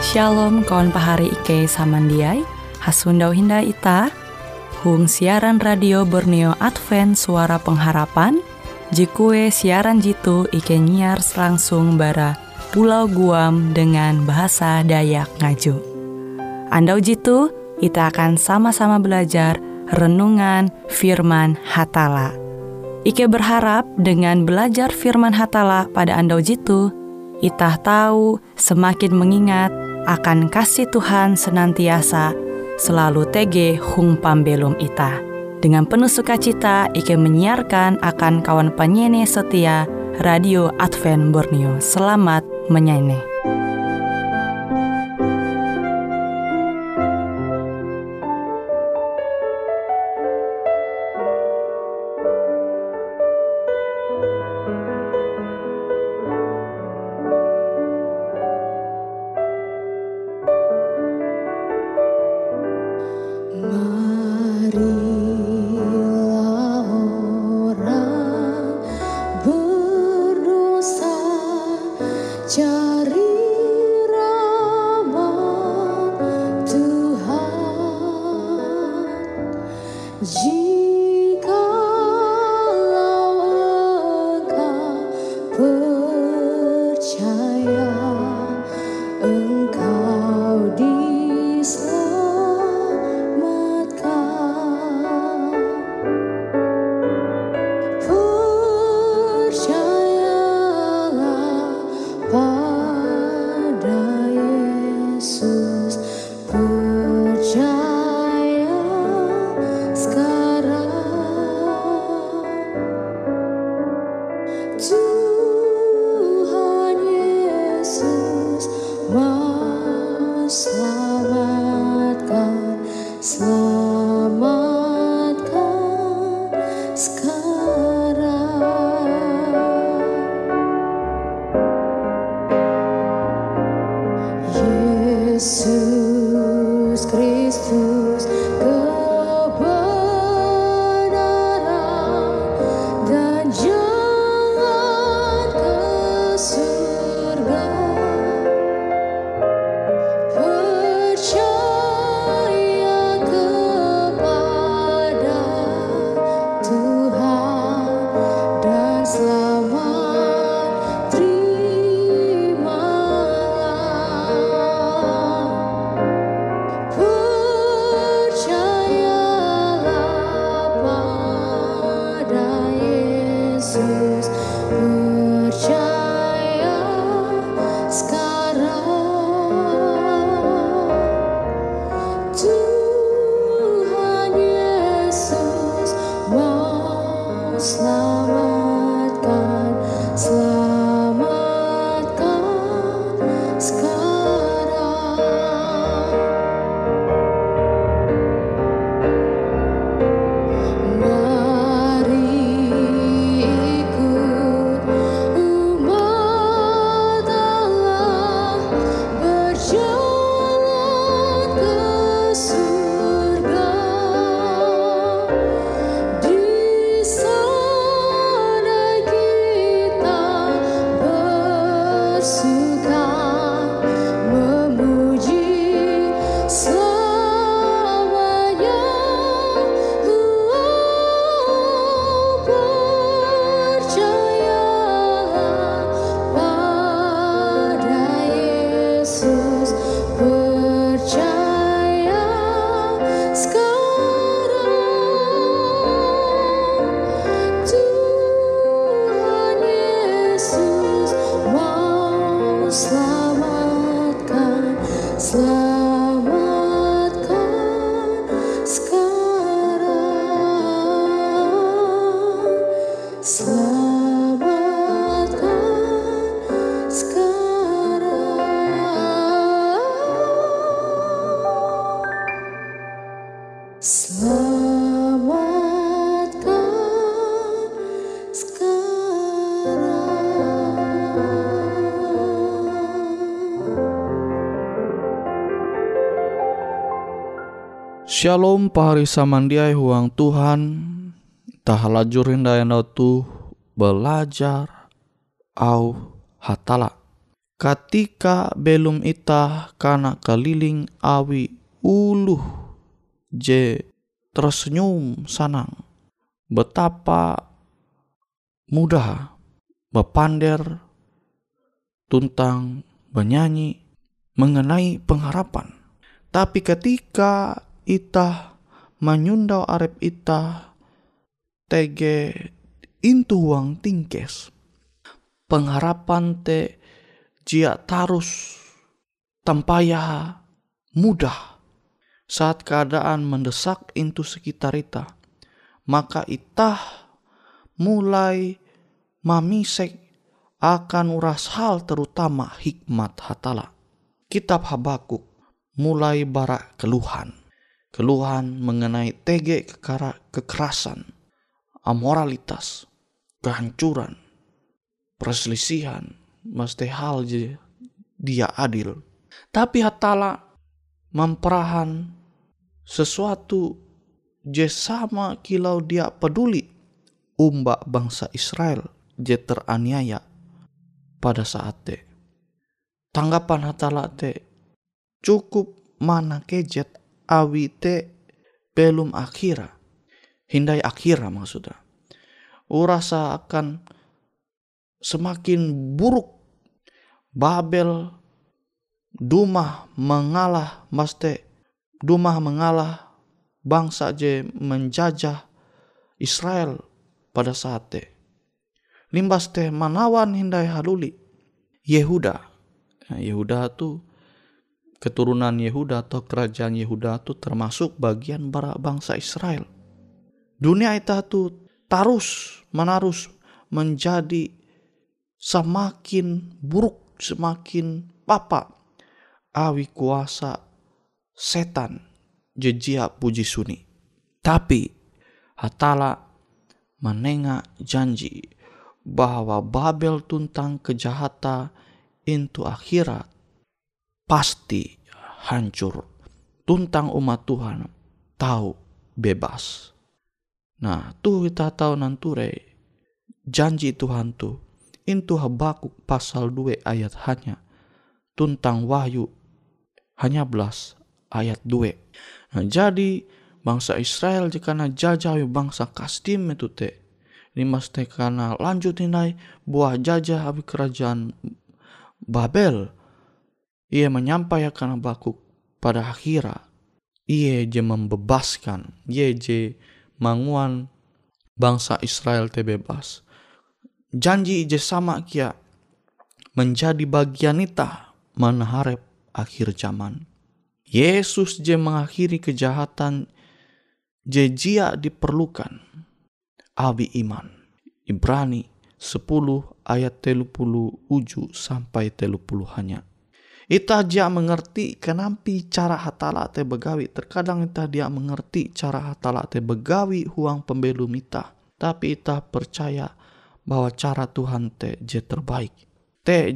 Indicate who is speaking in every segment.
Speaker 1: Shalom kawan pahari Ike samandiai, hasundau hinda ita, hung siaran radio Borneo Advent Suara Pengharapan, jikue siaran jitu Ike nyiar langsung bara Pulau Guam dengan bahasa Dayak Ngaju. Andau jitu, kita akan sama-sama belajar renungan firman Hatala. Ike berharap dengan belajar firman Hatala pada andau jitu, itah tahu semakin mengingat akan kasih Tuhan senantiasa selalu tege hung pambelum itah. Dengan penuh sukacita Ike menyiarkan akan kawan penyanyi setia Radio Advent Borneo. Selamat menyanyi.
Speaker 2: Yesus Kristus kebenaran dan jalan ke surga. Percaya kepada Tuhan dan selamat
Speaker 3: Shalom pahari samandiai huang Tuhan. Tah lajurin dayana tu belajar au Hatala. Ketika belum itah kana keliling awi uluh je tersenyum sanang, betapa mudah bepander tuntang bernyanyi mengenai pengharapan. Tapi ketika itah menyundau arep itah tege intu huang tingkes, pengharapan te jia tarus tampaya mudah saat keadaan mendesak intu sekitar ita, maka itah mulai mamisek akan uras hal terutama hikmat hatala. Kitab Habakuk mulai bara keluhan mengenai tege kekerasan, amoralitas, kehancuran, perselisihan, mesti hal je dia adil. Tapi hatala memperahan sesuatu je sama kilau dia peduli umbak bangsa Israel je teraniaya pada saat te. Tanggapan hatala te cukup mana kejet awi te belum akhira, hindai akhira maksudnya. Urasa akan semakin buruk. Babel dumah mengalah bangsa je menjajah Israel pada saat te. Limbas te manawan hindai haluli Yehuda. Yehuda tu keturunan Yehuda atau kerajaan Yehuda tu termasuk bagian bara bangsa Israel. Dunia ita tu menarus menjadi semakin buruk, semakin papa awi kuasa setan jejia puji suni. Tapi hatala menenga janji bahwa Babel tuntang kejahatan into akhirat pasti hancur, tuntang umat Tuhan tahu bebas. Nah, tuh kita tahu nanture janji Tuhan tuh into Habakuk pasal 2 ayat hanya, tuntang Wahyu hanya 11 ayat 2. Nah, jadi bangsa Israel jika na jajah bangsa Kasdim itu te, limas te kana lanjut nilai buah jajah abi kerajaan Babel. Ia menyampaikan Habakuk pada akhirnya ia je membebaskan, ia je manguan bangsa Israel te bebas. Janji je sama kia menjadi bagian ita mengharap akhir zaman. Yesus je mengakhiri kejahatan je jia diperlukan abi iman. Ibrani 10 ayat 30 sampai 30 hanya. Ita dia mengerti kenampi cara hatala te begawi. Terkadang ita dia mengerti cara hatala te begawi huang pembelum ita. Tapi ita percaya bahwa cara Tuhan te je terbaik. Te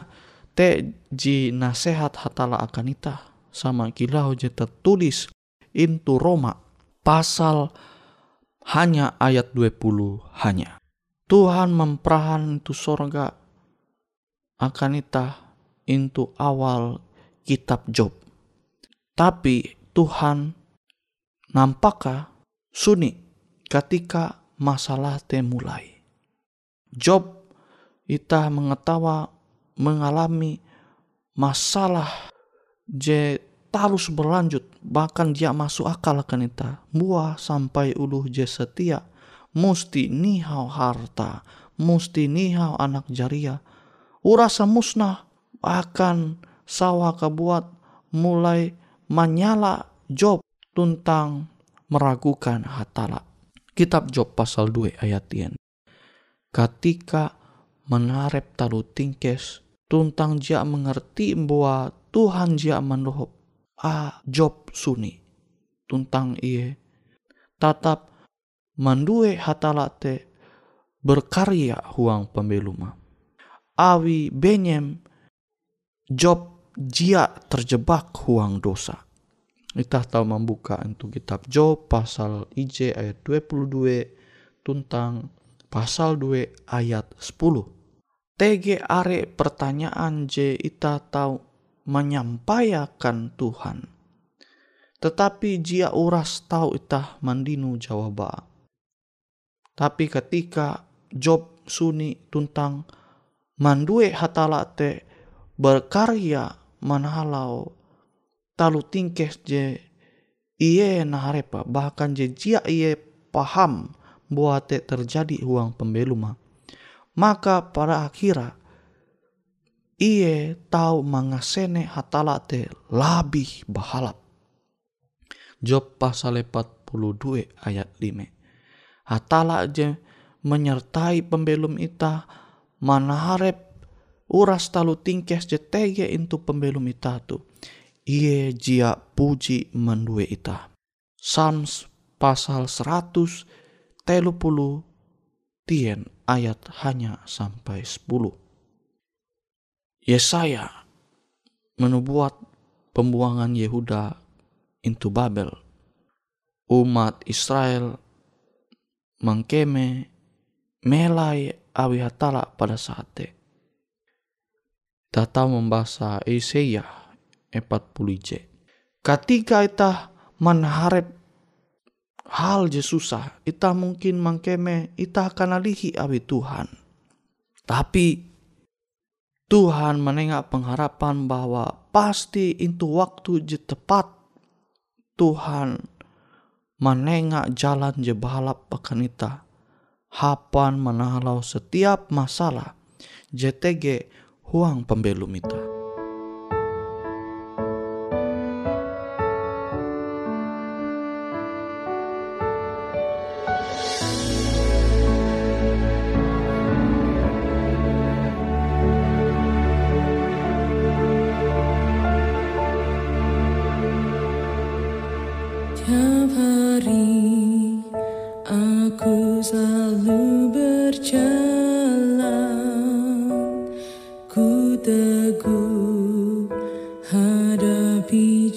Speaker 3: jina sehat hatala akan ita. Sama kilau je tertulis into Roma pasal hanya ayat 20 hanya. Tuhan memperahan itu sorga akan ita into awal kitab Job. Tapi Tuhan nampakah suni ketika masalah te mulai. Job ita mengetawa mengalami masalah je terus berlanjut, bahkan dia masuk akal akan ita. Buah sampai uluh je setia, musti nihau harta, musti nihau anak jaria. Urasa musnah akan sawah kebuat mulai menyala Job tuntang meragukan hatala. Kitab Job pasal 2 ayat 10. Ketika menarep talu tingkes tuntang dia mengerti bahwa Tuhan dia mendohop Job suni tuntang iye tatap mandue hatala te berkarya huang pembeluma. Awi benyem Job jia terjebak huang dosa. Kita tahu membuka untuk kitab Job pasal IJ ayat 22 tuntang pasal 2 ayat 10. Tege are pertanyaan je ita tahu menyampaikan Tuhan. Tetapi jia uras tahu ita mandinu jawaba. Tapi ketika Job suni tuntang mandue hatala te berkarya manahalau talu tingkes je iye naharepa, bahkan je jia iye paham buat te terjadi huang pembeluma. Maka pada akhirnya iye tahu mangasene hatala te labih bahalap. Job pasal 42 ayat 5. Hatala je menyertai pembelum ita, manaharep uras talu tingkes je tege intu pembelum ita tu. Iye jia puji mendue ita. Psalms pasal 130 tien ayat hanya sampai 10. Yesaya menubuat pembuangan Yehuda into Babel. Umat Israel mengkeme melai awi hatala pada saat te. Data membaca Yesaya 40j. Ketika ita menharap hal je susah, ita mungkin mengkeme ita akan alihi awi Tuhan. Tapi Tuhan menengak pengharapan bahwa pasti itu waktu je tepat Tuhan menengak jalan je bahalap akan ita. Hapan menahalau setiap masalah JTG huang pembelum ita.
Speaker 2: Tiap hari aku selalu berjalan, ku teguh hadapi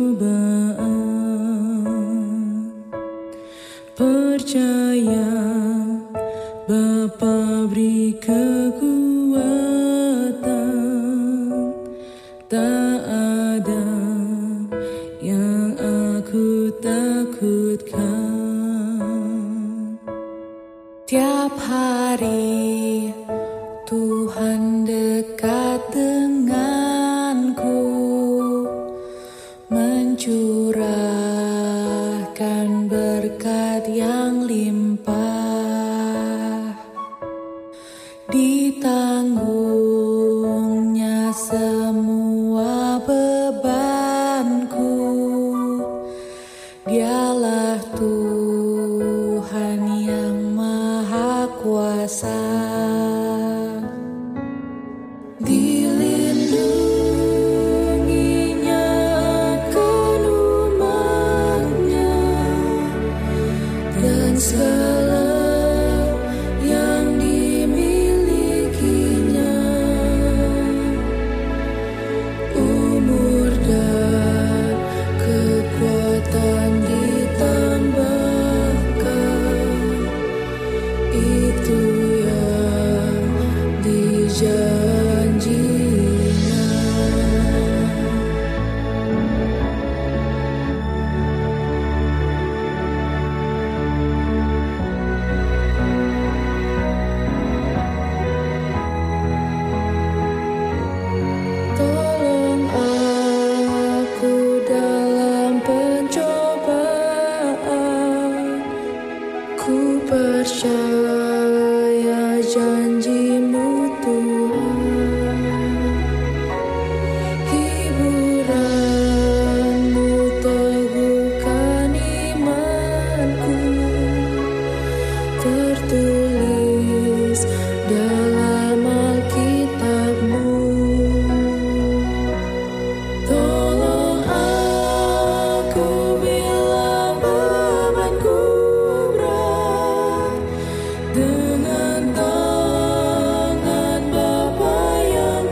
Speaker 2: cobaan, percaya Bapa beri kekuatan, tak ada yang aku takutkan. Tiap hari Tuhan dekat denganku, mencurahkan berkat yang limpah, ditanggungnya semua bebanku. Dialah Tuhan yang Maha Kuasa, dilindunginya akan umatnya, dan segala yang dimilikinya. Umur dan kekuatan ditambahkan, itu yang dijanjinya. Tolong aku dalam pencobaan, ku percaya janji-Mu Tuhan. Hiburan-Mu teguhkan imanku, tertulis dalam Alkitab-Mu. Tolong aku bila bebanku berat, dengan tangan Bapa yang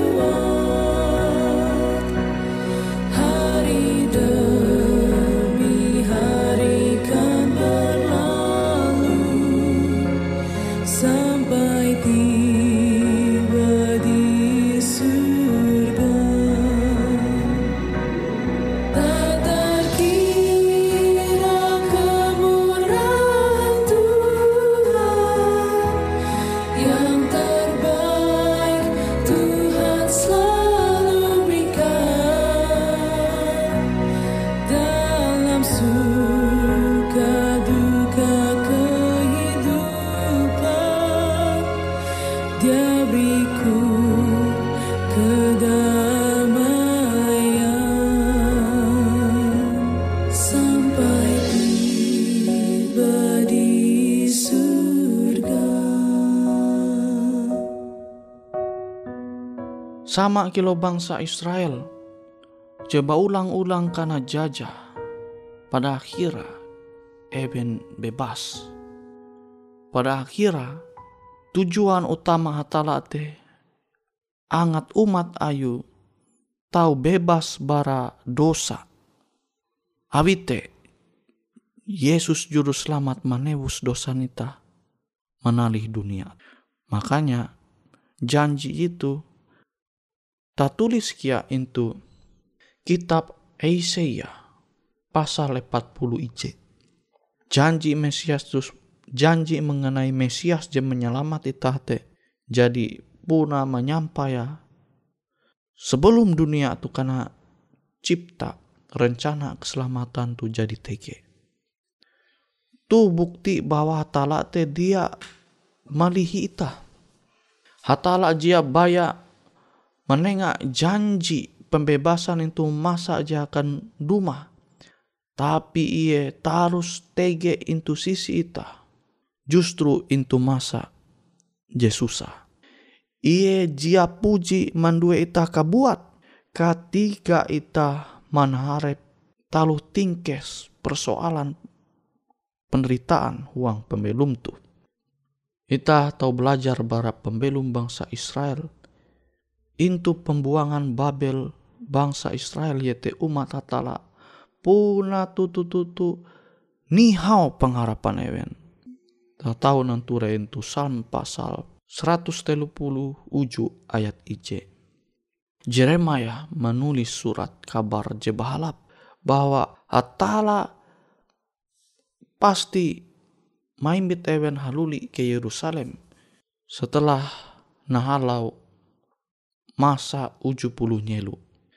Speaker 2: kuat. Hari demi hari kan berlalu, sampai tiba
Speaker 3: Sama kilo bangsa Israel coba ulang-ulang karena jajah. Pada akhirnya eben bebas. Pada akhirnya tujuan utama hatala te angat umat ayu tahu bebas bara dosa. Awite Yesus juru selamat menebus dosa nita menalih dunia. Makanya janji itu tak tulis kia itu kitab Yesaya pasal 40 IJ. Janji mengenai Mesias je menyelamat itate jadi puna menyampaya sebelum dunia tu karena cipta rencana keselamatan tu jadi tege. Tu bukti bahwa hatala te dia malihi ita. Hatala dia baya menengah janji pembebasan itu masa aja akan duma. Tapi ia tarus tege into sisi ita. Justru into masa je susah. Ia jia puji mandue ita kabuat. Ketika ita manharep taluh tingkes persoalan penderitaan huang pembelum tu. Ita tahu belajar bara pembelum bangsa Israel. Into pembuangan Babel bangsa Israel yaitu umat hatala. Puna tutu nihau pengharapan ewen. Tak tahu nanture itu Psalm pasal 130 uju ayat IJ. Jeremia menulis surat kabar je bahalap bahwa hatala pasti maimbit ewen haluli ke Yerusalem setelah nahalau masa 70 nyelu.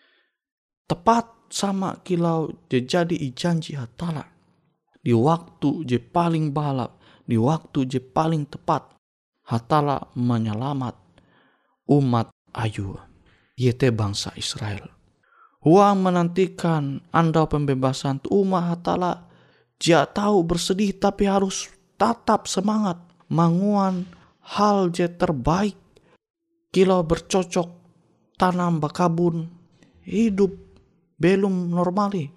Speaker 3: Tepat sama kilau je jadi janji hatala. Di waktu je paling balap, di waktu je paling tepat, hatala menyelamat umat ayu. Yaitu bangsa Israel. Huang menantikan anda pembebasan tu umat hatala. Dia tahu bersedih tapi harus tetap semangat. Manguan hal je terbaik. Kilau bercocok tanam bakabun. Hidup belum normali.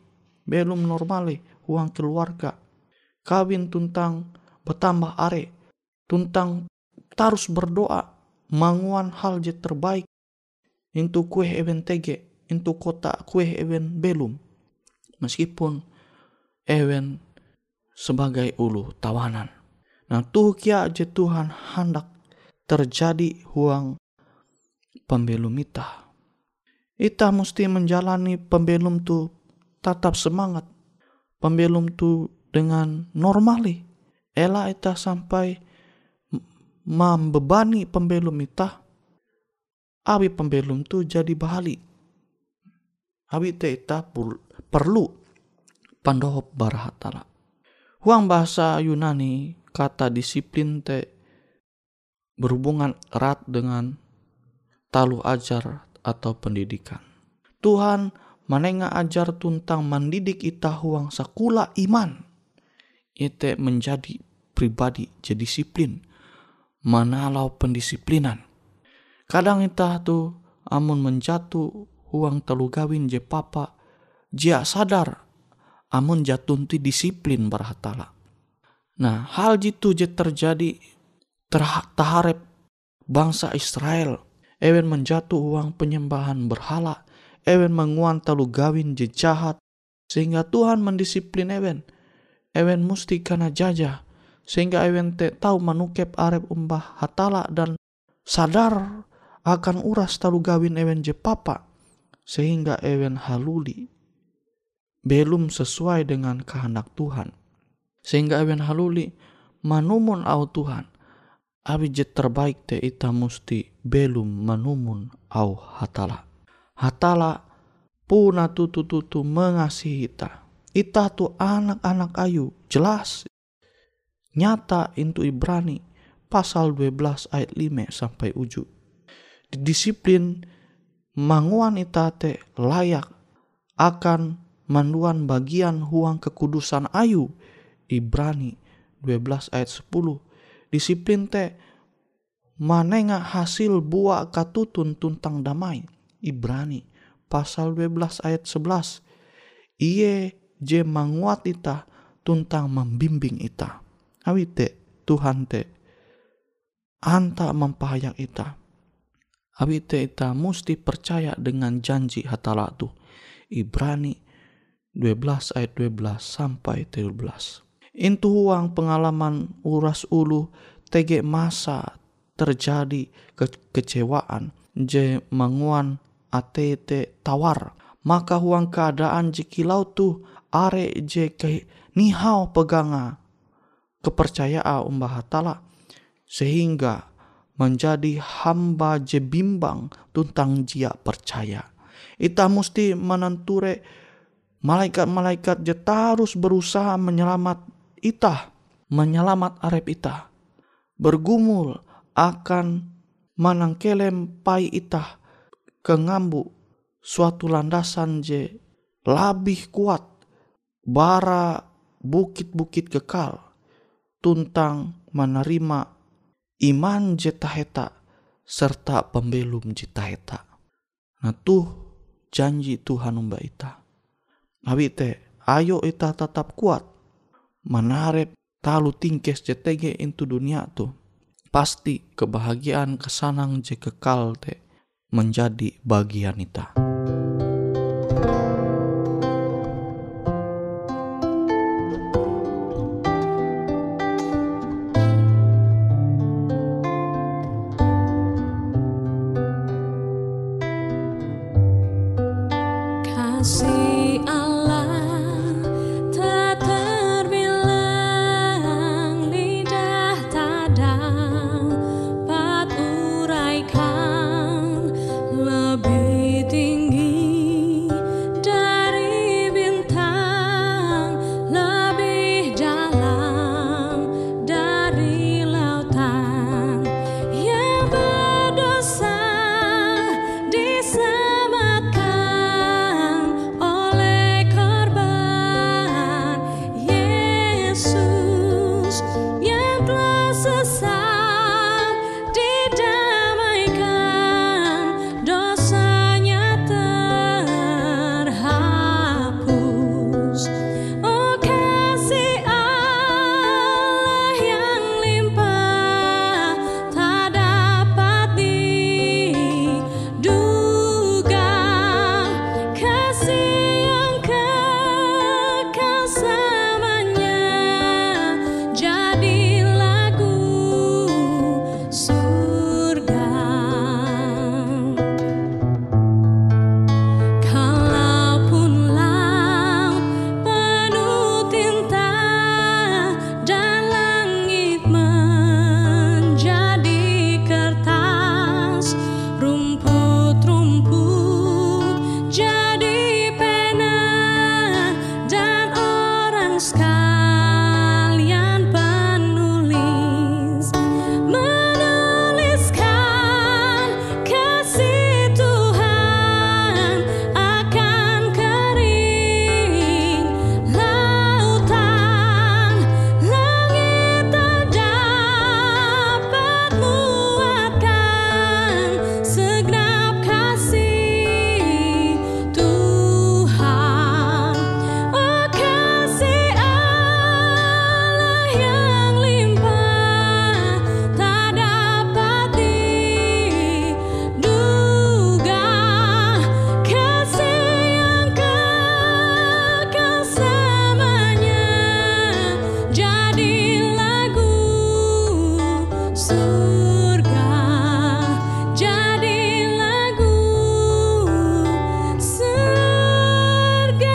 Speaker 3: Huang keluarga. Kawin tuntang bertambah are. Tuntang terus berdoa. Manguan hal je terbaik. Into kue ewen tege. Into kota kue ewen belum. Meskipun ewen sebagai ulu tawanan. Nah tuh kia je Tuhan hendak terjadi huang pembelum ita. Ita mesti menjalani pembelum tu tetap semangat. Pembelum tu dengan normali. Ela ita sampai membebani pembelum ita. Abi pembelum tu jadi bahali. Abi ita perlu pandohop bara hatala. Huang bahasa Yunani kata disiplin te berhubungan erat dengan talu ajar atau pendidikan. Tuhan menengah ajar tuntang mendidik ita huang sakula iman. Ite menjadi pribadi jadi disiplin. Manalau pendisiplinan. Kadang ita tu amun menjatuh huang telu gawin je papa. Jia sadar amun jatunti disiplin berhatala. Nah hal jitu je terjadi terharap bangsa Israel. Ewen menjatuh huang penyembahan berhala. Ewen menguan telu gawin je jahat. Sehingga Tuhan mendisiplin ewen. Ewen musti kana jajah. Sehingga ewen tahu manukep arep umbah hatala dan sadar akan uras talu gawin ewen je papa. Sehingga ewen haluli belum sesuai dengan kehendak Tuhan. Sehingga ewen haluli manumun au Tuhan. Abi je terbaik te ita musti belum manumun au hatala. Hatala puna tutu mengasihi ita. Ita tu anak-anak ayu. Jelas. Nyata into Ibrani pasal 12 ayat 5 sampai ujung. Disiplin manguan ita te layak akan manduan bagian huang kekudusan ayu. Ibrani 12 ayat 10. Disiplin te manenga hasil buah katutun tuntang damai. Ibrani pasal 12 ayat 11. Iye je manguat ita tuntang membimbing ita. Awite Tuhan te anta mempahayak ita. Awite ita musti percaya dengan janji hatala tu. Ibrani 12 ayat 12 sampai 13. Intu huang pengalaman uras ulu tege masa terjadi kekecewaan je manguan atete tawar. Maka huang keadaan jikilau tu are je ke nihau peganga kepercayaan umbah hatala sehingga menjadi hamba je bimbang tuntang jia percaya. Ita musti menenture malaikat-malaikat je tarus berusaha menyelamat ita, menyelamat arep ita, bergumul akan manangkelem pai ita kengambu suatu landasan je labih kuat bara bukit-bukit kekal tuntang menerima iman je taheta serta pembelum je taheta. Nah tuh janji Tuhan umba ita. Awite ayo ita tetap kuat menarep talu tingkes je tege into dunia tu. Pasti kebahagiaan kesanang je kekal te menjadi bagian ita.
Speaker 2: Kasih Allah tak terbilang, lidah tak dapat uraikan, lebih tinggi dari bintang, lebih dalam dari lautan. Yang berdosa diselamatkan oleh korban Yesus, yang telah sesat didamaikan, dosanya terhapus. Oh kasih Allah yang limpah tak dapat diduga, kasih yang kekal selamanya jadi lagu surga. Kalaupun laut penuh tinta dan langit menjadi kertas, rumput-rumput jadi pena, dan orang sekalian penulis menuliskan kasih Tuhan akan kering lautan, langit tak dapat muatkan segenap kasih Tuhan. Oh kasih Allah yang limpah tak dapat diduga, kasih yang kekal selamanya jadi lagu surga, jadi lagu surga.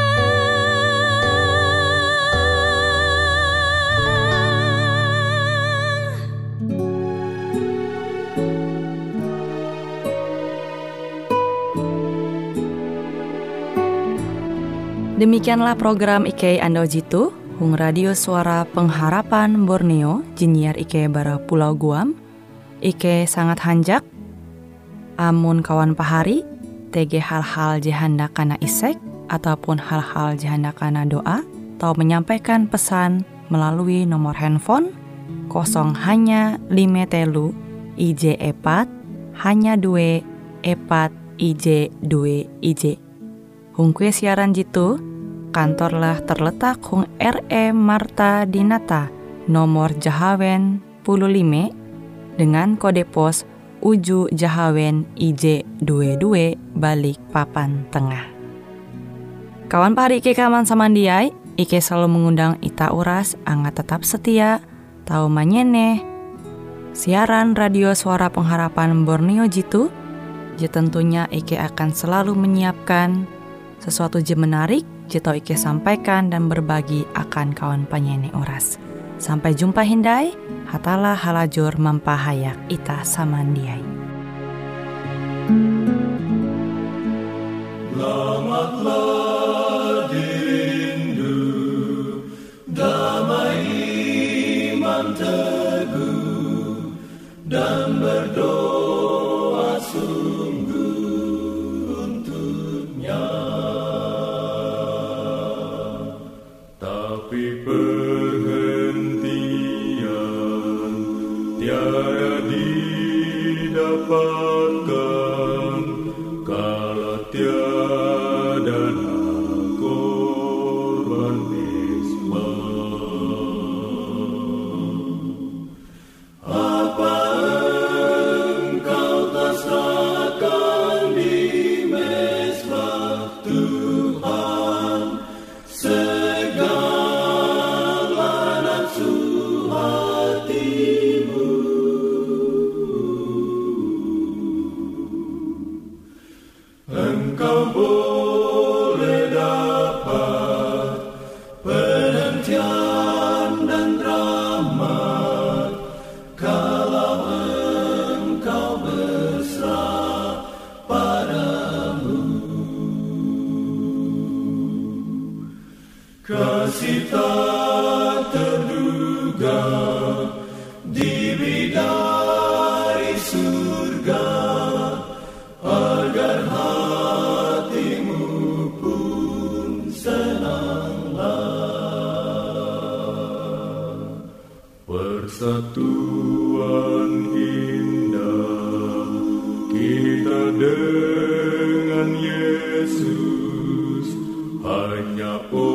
Speaker 1: Demikianlah program IK Ando Jitu, Hung Radio Suara Pengharapan Borneo, Jinnyar IK Bara Pulau Guam. IK sangat hanjak, amun kawan pahari, TG hal-hal jihanda kana isek, ataupun hal-hal jihanda kana doa, atau menyampaikan pesan melalui nomor handphone 0 hanya 5 telu IJ epat, hanya 2, epat, IJ 2 IJ. Hung kue siaran jitu, kantorlah terletak hung RE Marta Dinata, nomor Jahawen 15, dengan kode pos Uju Jahawen IJ 22 balik Papan Tengah. Kawan pahari Ike kaman samandiai, Ike selalu mengundang ita uras angga tetap setia, tahu manyene siaran radio Suara Pengharapan Borneo jitu. Je tentunya Ike akan selalu menyiapkan sesuatu je menarik jito Ike sampaikan dan berbagi akan kawan penyanyi oras. Sampai jumpa hindai, hatalah halajur mempahayak ita samandiai.
Speaker 4: Selamatlah dirindu, damai iman teguh, dan berdoa sungguh untuknya. Tapi perhentian tiada didapatkan kalau tiada korban nisbah. Apa engkau tak serahkan di mezbah Tuhan segala nafsu hatimu? Engkau boleh dapat penantian dan rahmat kalau engkau berserah padamu. Kasih tak terduga diberi dari surga agar hatimu pun senanglah. Persatuan indah kita dengan Yesus hanya